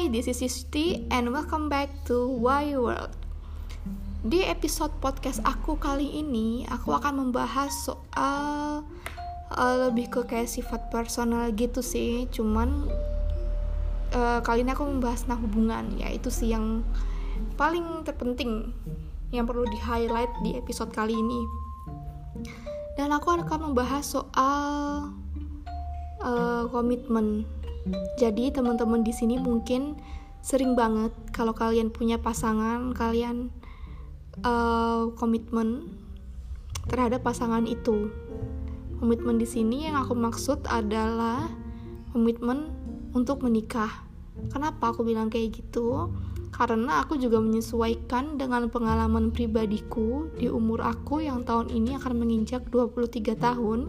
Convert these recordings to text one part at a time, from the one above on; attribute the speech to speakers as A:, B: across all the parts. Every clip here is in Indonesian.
A: Hi, this is Yusti and welcome back to Why World. Di episode podcast aku kali ini, aku akan membahas soal lebih ke kayak sifat personal gitu sih. Cuman kali ini aku membahas tentang hubungan, yaitu sih yang paling terpenting yang perlu di-highlight di episode kali ini. Dan aku akan membahas soal komitmen. Jadi teman-teman di sini mungkin sering banget kalau kalian punya pasangan, kalian komitmen terhadap pasangan itu. Komitmen di sini yang aku maksud adalah komitmen untuk menikah. Kenapa aku bilang kayak gitu? Karena aku juga menyesuaikan dengan pengalaman pribadiku di umur aku yang tahun ini akan menginjak 23 tahun.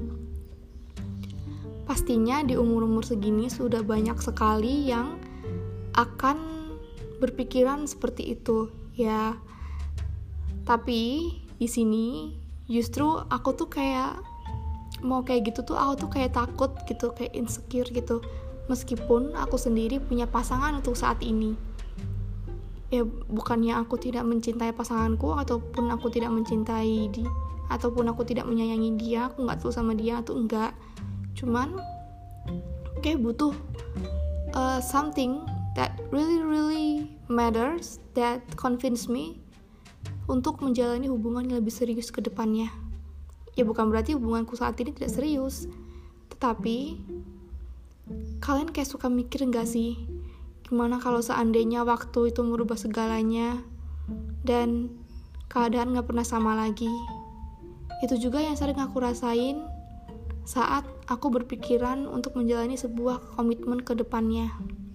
A: Pastinya di umur-umur segini sudah banyak sekali yang akan berpikiran seperti itu, ya. Tapi di sini justru aku tuh kayak mau kayak gitu tuh, aku tuh kayak takut gitu, kayak insecure gitu. Meskipun aku sendiri punya pasangan untuk saat ini. Ya bukannya aku tidak mencintai pasanganku ataupun aku tidak mencintai dia, ataupun aku tidak menyayangi dia, aku nggak tulus sama dia atau enggak. Cuman kayak butuh something that really matters, that convince me untuk menjalani hubungan yang lebih serius ke depannya. Ya bukan berarti hubunganku saat ini tidak serius, tetapi kalian kayak suka mikir gak sih, gimana kalau seandainya waktu itu merubah segalanya dan keadaan gak pernah sama lagi. Itu juga yang sering aku rasain saat aku berpikiran untuk menjalani sebuah komitmen ke depannya.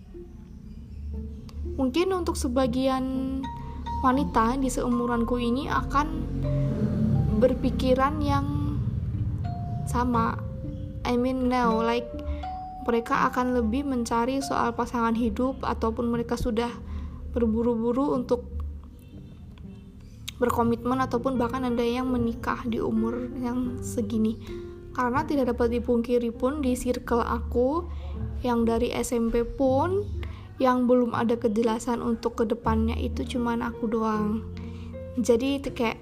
A: Mungkin untuk sebagian wanita di seumuranku ini akan berpikiran yang sama. I mean now, like mereka akan lebih mencari soal pasangan hidup ataupun mereka sudah berburu-buru untuk berkomitmen ataupun bahkan ada yang menikah di umur yang segini. Karena tidak dapat dipungkiri pun di circle aku yang dari SMP pun yang belum ada kejelasan untuk kedepannya itu cuman aku doang. Jadi itu kayak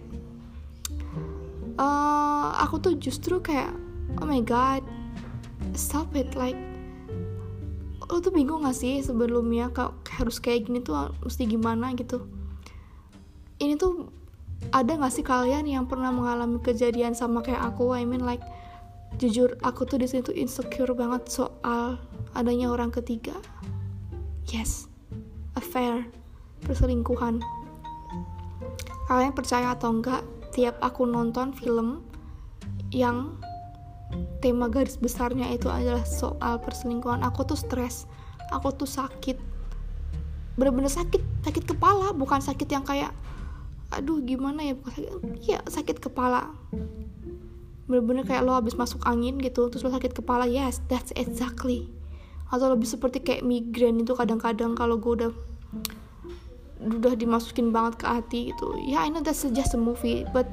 A: aku tuh justru kayak oh my god, stop it, like lo tuh bingung gak sih sebelumnya harus kayak gini tuh mesti gimana gitu. Ini tuh ada gak sih kalian yang pernah mengalami kejadian sama kayak aku? I mean like jujur aku tuh di sini tuh insecure banget soal adanya orang ketiga. Yes, affair, perselingkuhan. Kalian percaya atau enggak, tiap aku nonton film yang tema garis besarnya itu adalah soal perselingkuhan, aku tuh stres, aku tuh sakit, bener-bener sakit kepala, bukan sakit yang kayak aduh gimana ya, bukan sakit, ya sakit kepala, bener-bener kayak lo habis masuk angin gitu terus lo sakit kepala. Yes, that's exactly. Atau lebih seperti kayak migrain itu kadang-kadang kalau gue udah dimasukin banget ke hati gitu. Ya, I know that's just a movie, but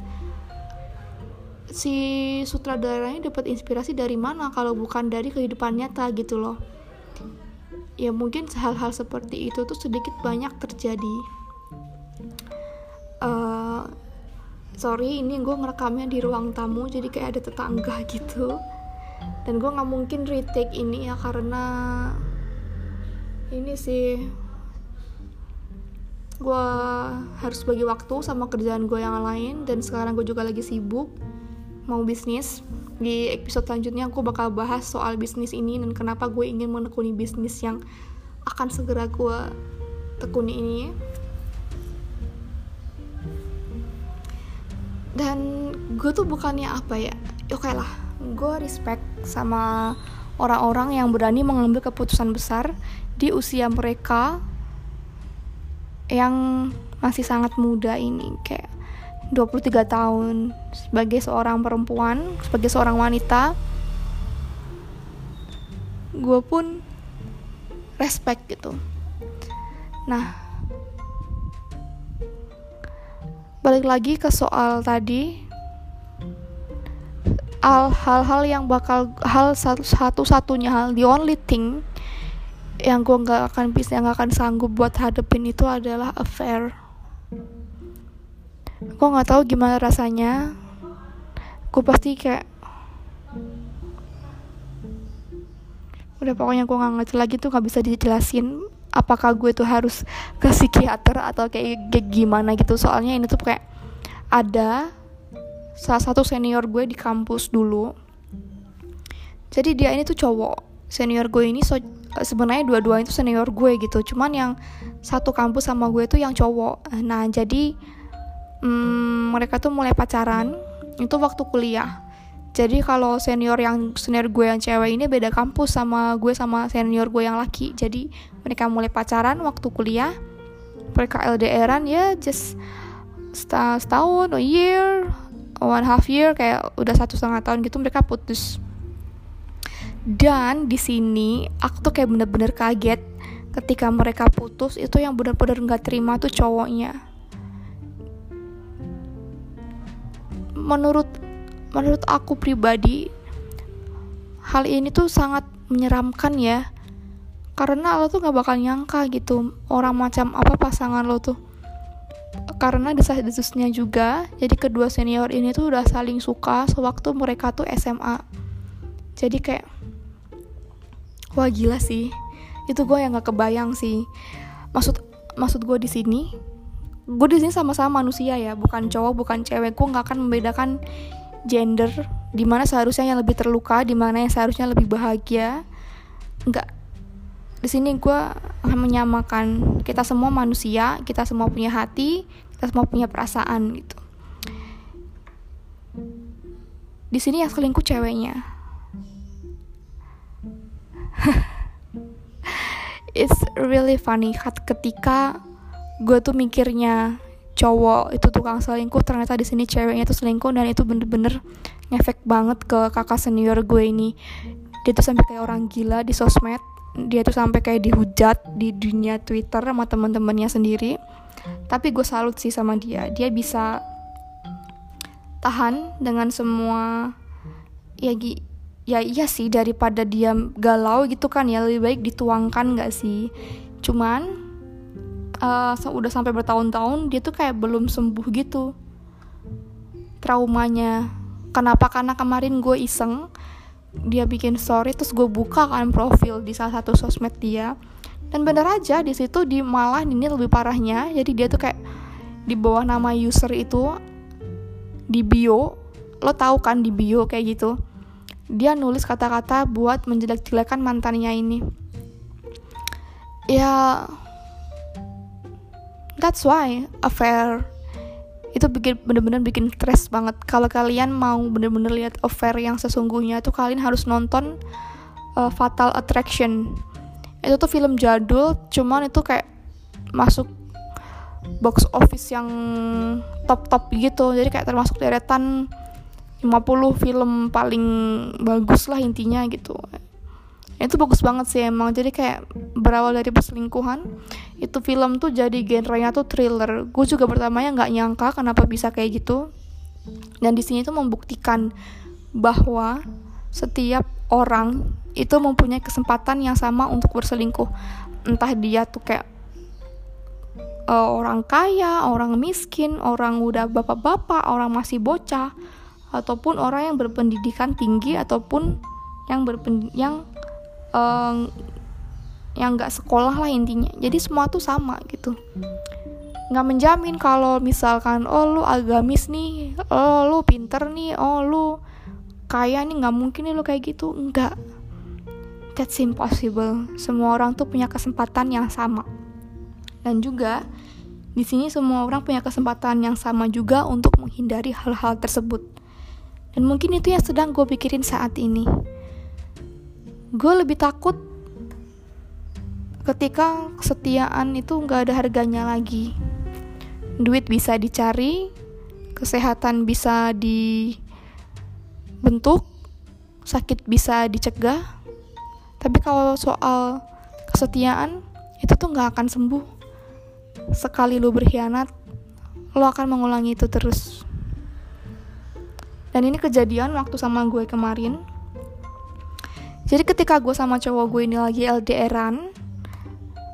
A: si sutradaranya dapat inspirasi dari mana kalau bukan dari kehidupan nyata gitu loh. Ya mungkin hal-hal seperti itu tuh sedikit banyak terjadi. Sorry, ini gue ngerekamnya di ruang tamu, jadi kayak ada tetangga gitu. Dan gue gak mungkin retake ini ya, karena ini sih gue harus bagi waktu sama kerjaan gue yang lain. Dan sekarang gue juga lagi sibuk mau bisnis. Di episode selanjutnya gue bakal bahas soal bisnis ini dan kenapa gue ingin menekuni bisnis yang akan segera gue tekuni ini. Dan gue tuh bukannya apa ya, oke lah, gue respect sama orang-orang yang berani mengambil keputusan besar di usia mereka yang masih sangat muda ini, kayak 23 tahun. Sebagai seorang perempuan, sebagai seorang wanita, gue pun respect gitu. Nah, balik lagi ke soal tadi, hal-hal yang bakal, hal satu-satunya hal, the only thing yang gue nggak akan sanggup buat hadepin itu adalah affair. Gue nggak tahu gimana rasanya. Gue pasti kayak udah, pokoknya gue nggak ngerti lagi tuh, nggak bisa dijelasin apakah gue tuh harus ke psikiater atau kayak gimana gitu. Soalnya ini tuh kayak ada salah satu senior gue di kampus dulu. Jadi dia ini tuh cowok. Senior gue ini sebenarnya dua-duanya itu senior gue gitu. Cuman yang satu kampus sama gue tuh yang cowok. Nah jadi mereka tuh mulai pacaran itu waktu kuliah. Jadi kalau senior gue yang cewek ini beda kampus sama gue sama senior gue yang laki. Jadi mereka mulai pacaran waktu kuliah. Mereka LDRan ya, just setahun, a year, 1.5 year, kayak udah 1,5 tahun gitu mereka putus. Dan di sini aku tuh kayak bener-bener kaget ketika mereka putus. Itu yang bener-bener nggak terima tuh cowoknya. Menurut aku pribadi, hal ini tuh sangat menyeramkan ya, karena lo tuh gak bakal nyangka gitu orang macam apa pasangan lo tuh. Karena desas-desusnya juga, jadi kedua senior ini tuh udah saling suka sewaktu mereka tuh SMA. Jadi kayak wah gila sih, itu gue yang gak kebayang sih. Maksud gue di sini sama-sama manusia ya, bukan cowok bukan cewek. Gue gak akan membedakan gender, dimana seharusnya yang lebih terluka, dimana yang seharusnya lebih bahagia. Enggak, di sini gue akan menyamakan kita semua manusia, kita semua punya hati, kita semua punya perasaan gitu. Di sini yang selingkuh ceweknya. It's really funny ketika gue tuh mikirnya cowok itu tukang selingkuh, ternyata di sini ceweknya tuh selingkuh. Dan itu bener-bener ngefek banget ke kakak senior gue ini. Dia tuh sampai kayak orang gila di sosmed. Dia tuh sampai kayak dihujat di dunia Twitter sama teman-temannya sendiri. Tapi gue salut sih sama dia. Dia bisa tahan dengan semua ya iya sih, daripada dia galau gitu kan ya, lebih baik dituangkan gak sih. Cuman udah sampai bertahun-tahun dia tuh kayak belum sembuh gitu traumanya. Kenapa? Karena kemarin gue iseng, dia bikin story, terus gue buka kan profil di salah satu sosmed dia, dan bener aja di situ malah ini lebih parahnya. Jadi dia tuh kayak di bawah nama user itu di bio, lo tahu kan di bio kayak gitu, dia nulis kata-kata buat menjelek-jelekan mantannya ini. Ya that's why affair itu bener-bener bikin stres banget. Kalau kalian mau bener-bener lihat affair yang sesungguhnya tuh, kalian harus nonton Fatal Attraction. Itu tuh film jadul, cuman itu kayak masuk box office yang top gitu. Jadi kayak termasuk deretan 50 film paling bagus lah intinya gitu. Itu bagus banget sih emang. Jadi kayak berawal dari perselingkuhan, itu film tuh jadi genrenya tuh thriller. Gue juga pertamanya nggak nyangka kenapa bisa kayak gitu. Dan di sini tuh membuktikan bahwa setiap orang itu mempunyai kesempatan yang sama untuk berselingkuh. Entah dia tuh kayak orang kaya, orang miskin, orang udah bapak-bapak, orang masih bocah, ataupun orang yang berpendidikan tinggi, ataupun yang nggak sekolah lah intinya. Jadi semua tuh sama gitu. Nggak menjamin kalau misalkan lu agamis nih, lu pinter nih, lu kaya nih, nggak mungkin nih lu kayak gitu. Nggak, that's impossible. Semua orang tuh punya kesempatan yang sama. Dan juga di sini semua orang punya kesempatan yang sama juga untuk menghindari hal-hal tersebut. Dan mungkin itu yang sedang gue pikirin saat ini. Gue lebih takut ketika kesetiaan itu gak ada harganya lagi. Duit bisa dicari, kesehatan bisa dibentuk, sakit bisa dicegah. Tapi kalau soal kesetiaan, itu tuh gak akan sembuh. Sekali lu berkhianat, lu akan mengulangi itu terus. Dan ini kejadian waktu sama gue kemarin. Jadi ketika gue sama cowok gue ini lagi LDRan,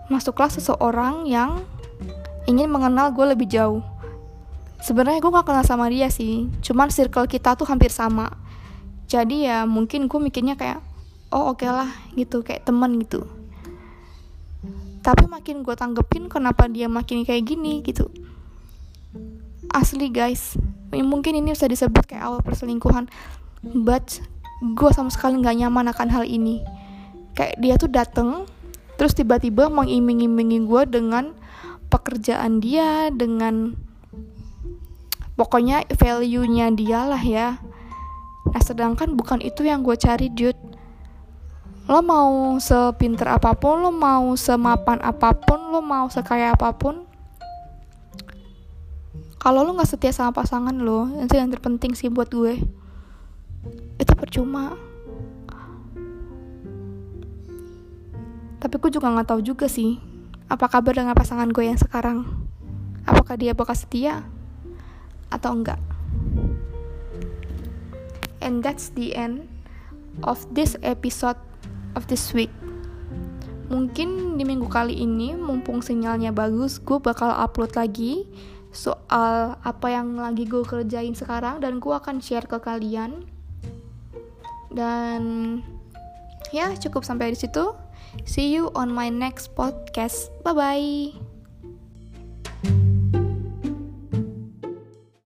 A: masuklah seseorang yang ingin mengenal gue lebih jauh. Sebenarnya gue gak kenal sama dia sih, cuman circle kita tuh hampir sama. Jadi ya mungkin gue mikirnya kayak, oh oke lah gitu, kayak teman gitu. Tapi makin gue tanggepin kenapa dia makin kayak gini gitu. Asli guys, mungkin ini bisa disebut kayak awal perselingkuhan, but gue sama sekali gak nyaman akan hal ini. Kayak dia tuh dateng, terus tiba-tiba mengiming-imingi gue dengan pekerjaan dia, dengan pokoknya value-nya dia lah ya. Nah sedangkan bukan itu yang gue cari, dude. Lo mau sepinter apapun, lo mau semapan apapun, lo mau sekaya apapun, kalau lo gak setia sama pasangan lo, itu yang terpenting sih buat gue, itu percuma. Tapi gue juga gak tahu juga sih apa kabar dengan pasangan gue yang sekarang. Apakah dia bakal setia atau enggak. And that's the end of this episode of this week. Mungkin di minggu kali ini, mumpung sinyalnya bagus, gue bakal upload lagi soal apa yang lagi gue kerjain sekarang, dan gue akan share ke kalian. Dan ya cukup sampai di situ. See you on my next podcast. Bye bye.